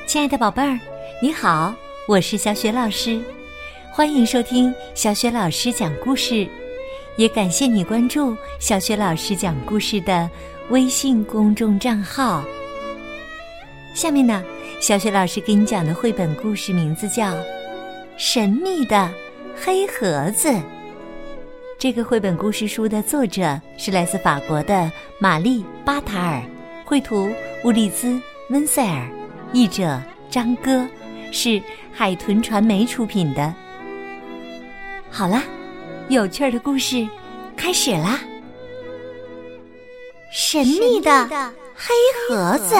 亲爱的宝贝儿，你好，我是小雪老师，欢迎收听小雪老师讲故事，也感谢你关注小雪老师讲故事的微信公众账号。下面呢，小雪老师给你讲的绘本故事名字叫《神秘的黑盒子》。这个绘本故事书的作者是来自法国的玛丽·巴塔尔，绘图乌利兹·温塞尔，译者张歌，是海豚传媒出品的。好啦，有趣的故事开始啦！神秘的黑盒子，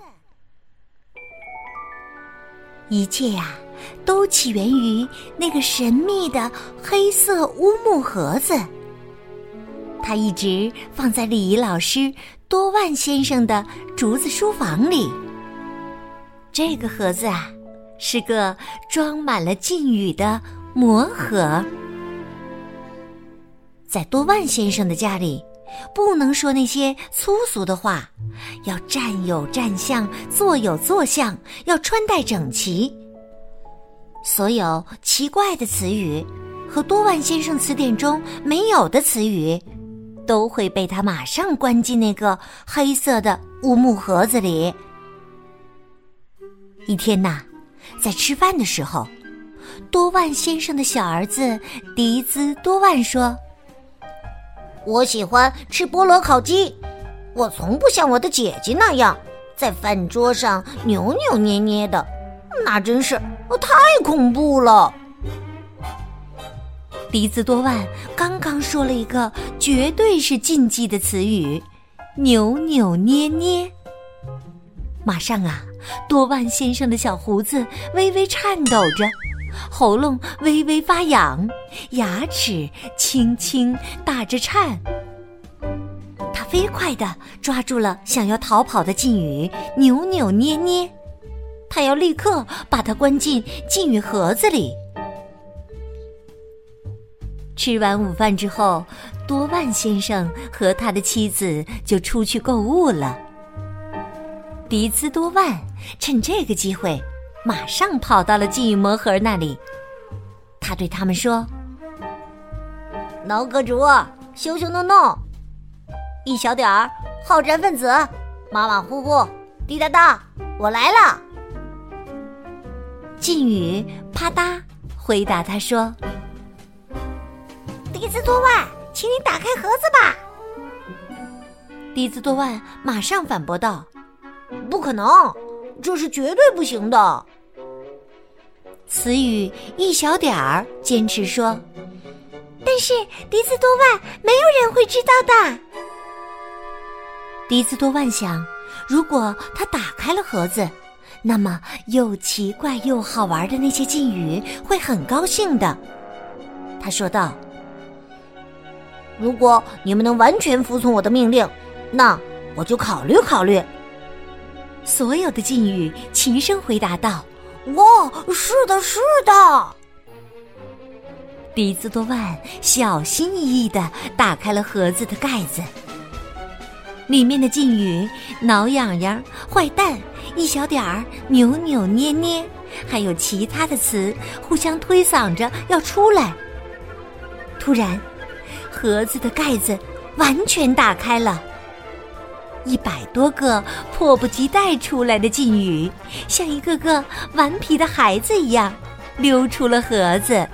一切呀，都起源于那个神秘的黑色乌木盒子。它一直放在礼仪老师多万先生的竹子书房里。这个盒子啊，是个装满了禁语的魔盒。在多万先生的家里，不能说那些粗俗的话，要站有站相，坐有坐相，要穿戴整齐。所有奇怪的词语和多万先生词典中没有的词语，都会被他马上关进那个黑色的乌木盒子里。一天呐，在吃饭的时候，多万先生的小儿子迪兹多万说：“ 我喜欢吃菠萝烤鸡，我从不像我的姐姐那样在饭桌上扭扭捏捏的，那真是太恐怖了。” 迪兹多万刚刚说了一个绝对是禁忌的词语，扭扭捏捏。马上啊，多万先生的小胡子微微颤抖着，喉咙微微发痒，牙齿轻轻打着颤。他飞快地抓住了想要逃跑的禁语扭扭捏捏，他要立刻把它关进禁语盒子里。吃完午饭之后，多万先生和他的妻子就出去购物了。迪兹多万趁这个机会，马上跑到了禁语魔盒那里。他对他们说：“ 挠个主，羞羞弄弄，一小点儿，好战分子，马马虎虎，滴答答，我来了。” 禁语啪嗒回答他说：“ 迪兹多万，请你打开盒子吧。” 迪兹多万马上反驳道：“ 不可能，这是绝对不行的。” 词语一小点儿坚持说：“ 但是迪兹多万，没有人会知道的。” 迪兹多万想，如果他打开了盒子，那么又奇怪又好玩的那些禁语会很高兴的。他说道：“ 如果你们能完全服从我的命令，那我就考虑考虑。” 所有的禁语齐声回答道：“ 哇，是的，是的。” 迪兹多万小心翼翼地打开了盒子的盖子，里面的禁语挠痒痒、坏蛋、一小点儿、扭扭捏捏，还有其他的词互相推搡着要出来。突然，盒子的盖子完全打开了，100多个迫不及待出来的禁语，像一个个顽皮的孩子一样溜出了盒子。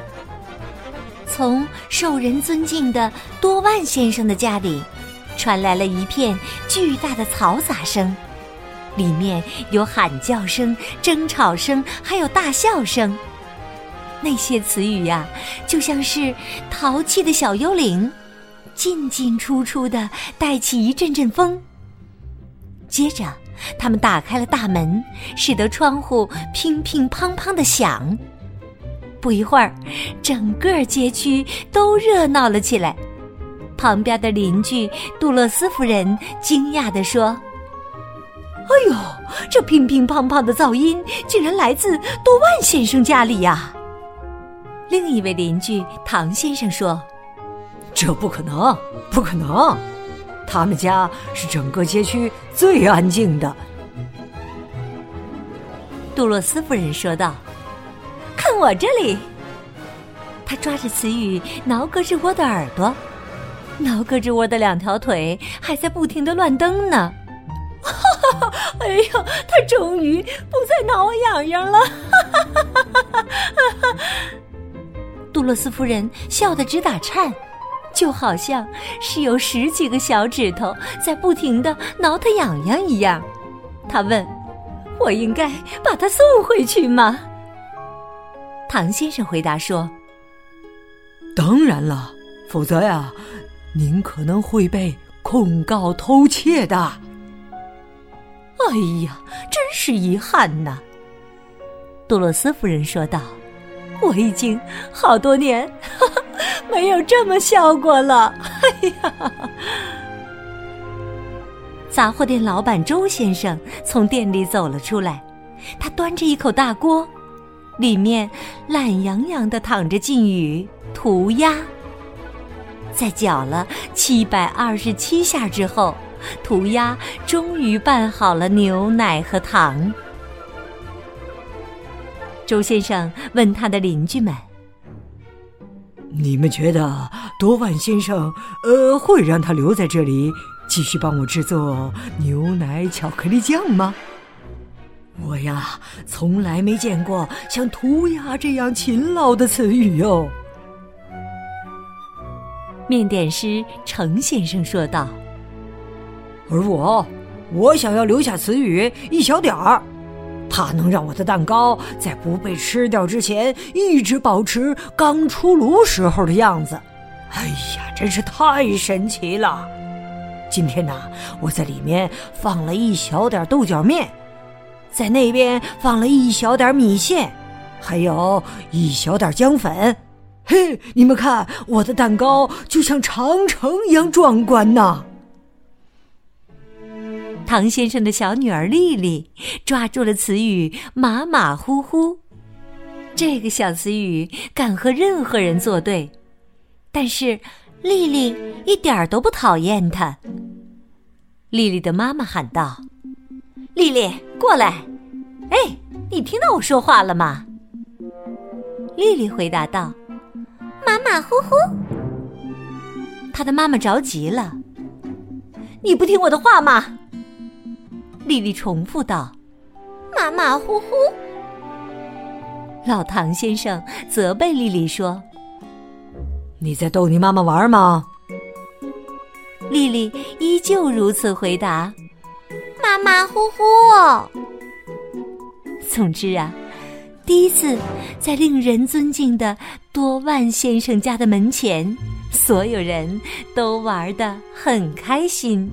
从受人尊敬的多万先生的家里，传来了一片巨大的嘈杂声，里面有喊叫声、争吵声，还有大笑声。那些词语呀，就像是淘气的小幽灵，进进出出的带起一阵阵风。接着他们打开了大门，使得窗户乒乒乓乓地响。不一会儿，整个街区都热闹了起来。旁边的邻居杜勒斯夫人惊讶地说：“哎呦，这乒乒乓乓的噪音竟然来自多万先生家里呀！”另一位邻居唐先生说：“ 这不可能，不可能！他们家是整个街区最安静的。” 杜洛斯夫人说道：“看我这里！”她抓着词语挠胳肢窝的耳朵，挠胳肢窝的2条腿还在不停地乱蹬呢。哎呀，她终于不再挠我痒痒了！杜洛斯夫人笑得直打颤，就好像是有10几个小指头在不停地挠她痒痒一样。她问：“我应该把她送回去吗？”唐先生回答说：“ 当然了，否则呀，您可能会被控告偷窃的。” 哎呀，真是遗憾呐！杜洛斯夫人说道：“我已经好多年没有这么笑过了。”哎呀！杂货店老板周先生从店里走了出来，他端着一口大锅，里面懒洋洋地躺着靳宇涂鸦。在搅了727下之后，涂鸦终于拌好了牛奶和糖。周先生问他的邻居们：“ 你们觉得多万先生会让他留在这里继续帮我制作牛奶巧克力酱吗？我呀，从来没见过像涂鸦这样勤劳的词语哟。” 面点师程先生说道：“ 而我想要留下词语一小点儿，它能让我的蛋糕在不被吃掉之前一直保持刚出炉时候的样子。哎呀，真是太神奇了！今天呢，我在里面放了一小点豆角面，在那边放了一小点米线，还有一小点姜粉。嘿，你们看，我的蛋糕就像长城一样壮观呐！” 唐先生的小女儿丽丽抓住了词语马马虎虎。这个小词语敢和任何人作对，但是丽丽一点儿都不讨厌她。丽丽的妈妈喊道：“丽丽，过来！哎，你听到我说话了吗？”丽丽回答道：“ 马马虎虎。” 她的妈妈着急了：“你不听我的话吗？”丽丽重复道：“ 马马虎虎。” 老唐先生责备丽丽说：“ 你在逗你妈妈玩吗？” 丽丽依旧如此回答：“ 马马虎虎。” 总之啊，第一次在令人尊敬的多万先生家的门前，所有人都玩得很开心。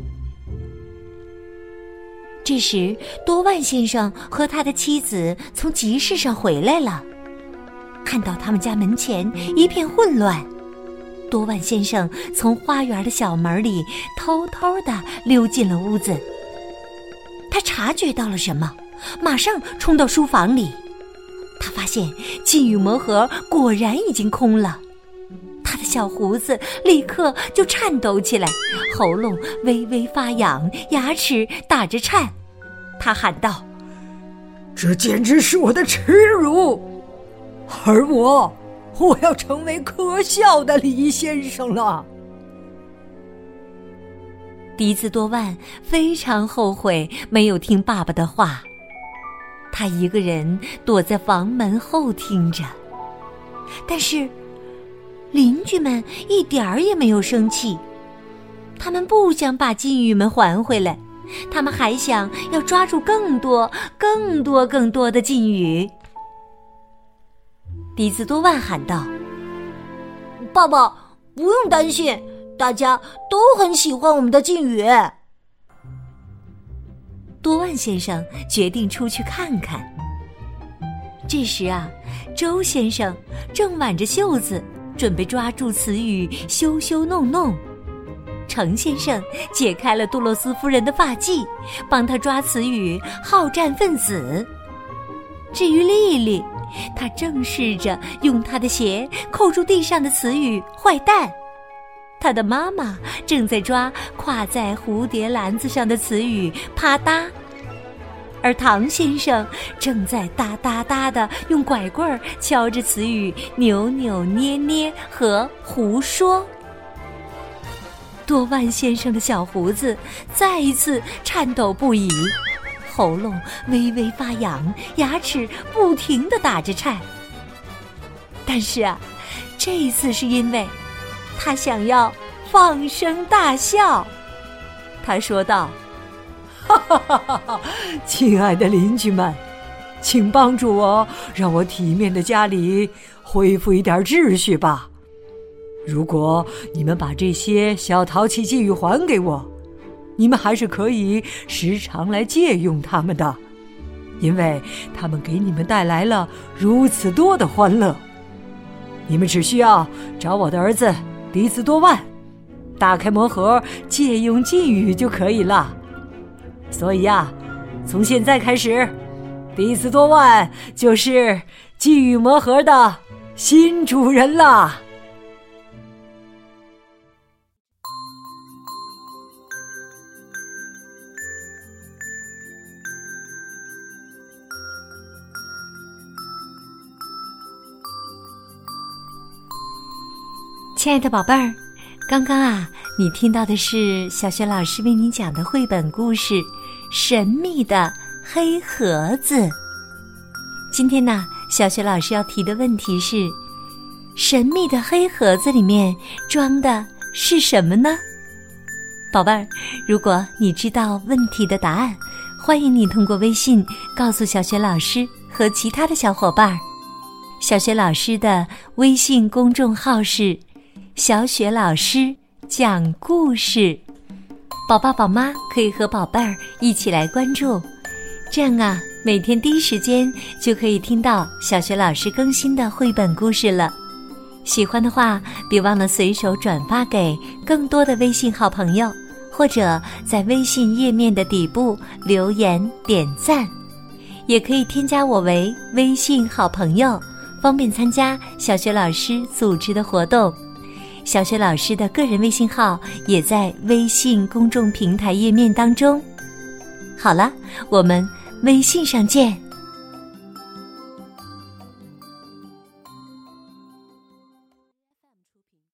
这时，多万先生和他的妻子从集市上回来了，看到他们家门前一片混乱，多万先生从花园的小门里偷偷地溜进了屋子。他察觉到了什么，马上冲到书房里。他发现金羽魔盒果然已经空了，他的小胡子立刻就颤抖起来，喉咙微微发痒，牙齿打着颤。他喊道：“ 这简直是我的耻辱，而我要成为可笑的李先生了。” 笛子多万非常后悔没有听爸爸的话，他一个人躲在房门后听着。但是邻居们一点儿也没有生气，他们不想把金鱼们还回来，他们还想要抓住更多的金鱼。笛子多万喊道：“ 爸爸，不用担心，大家都很喜欢我们的金鱼。” 多万先生决定出去看看。这时啊，周先生正挽着袖子准备抓住词语修修弄弄。程先生解开了杜洛斯夫人的发髻，帮他抓词语好战分子。至于丽丽，她正试着用她的鞋扣住地上的词语坏蛋。她的妈妈正在抓挂在蝴蝶篮子上的词语啪嗒。 而唐先生正在哒哒哒地用拐棍敲着词语扭扭捏捏和胡说。多万先生的小胡子再一次颤抖不已，喉咙微微发痒，牙齿不停地打着颤。但是啊，这一次是因为他想要放声大笑。他说道： 哈哈哈哈！亲爱的邻居们，请帮助我，让我体面的家里恢复一点秩序吧。如果你们把这些小陶器寄语还给我，你们还是可以时常来借用它们的，因为它们给你们带来了如此多的欢乐。你们只需要找我的儿子迪斯多万，打开魔盒借用寄语就可以了。所以啊，从现在开始，迪斯多万就是寄语魔盒的新主人啦。 亲爱的宝贝儿，刚刚啊，你听到的是小雪老师为你讲的绘本故事《神秘的黑盒子》。今天呢，小雪老师要提的问题是：神秘的黑盒子里面装的是什么呢？宝贝儿，如果你知道问题的答案，欢迎你通过微信告诉小雪老师和其他的小伙伴。小雪老师的微信公众号是小雪老师讲故事，宝宝宝妈可以和宝贝儿一起来关注，这样啊，每天第一时间就可以听到小雪老师更新的绘本故事了。喜欢的话，别忘了随手转发给更多的微信好朋友，或者在微信页面的底部留言点赞，也可以添加我为微信好朋友，方便参加小雪老师组织的活动。小雪老师的个人微信号也在微信公众平台页面当中。好了，我们微信上见。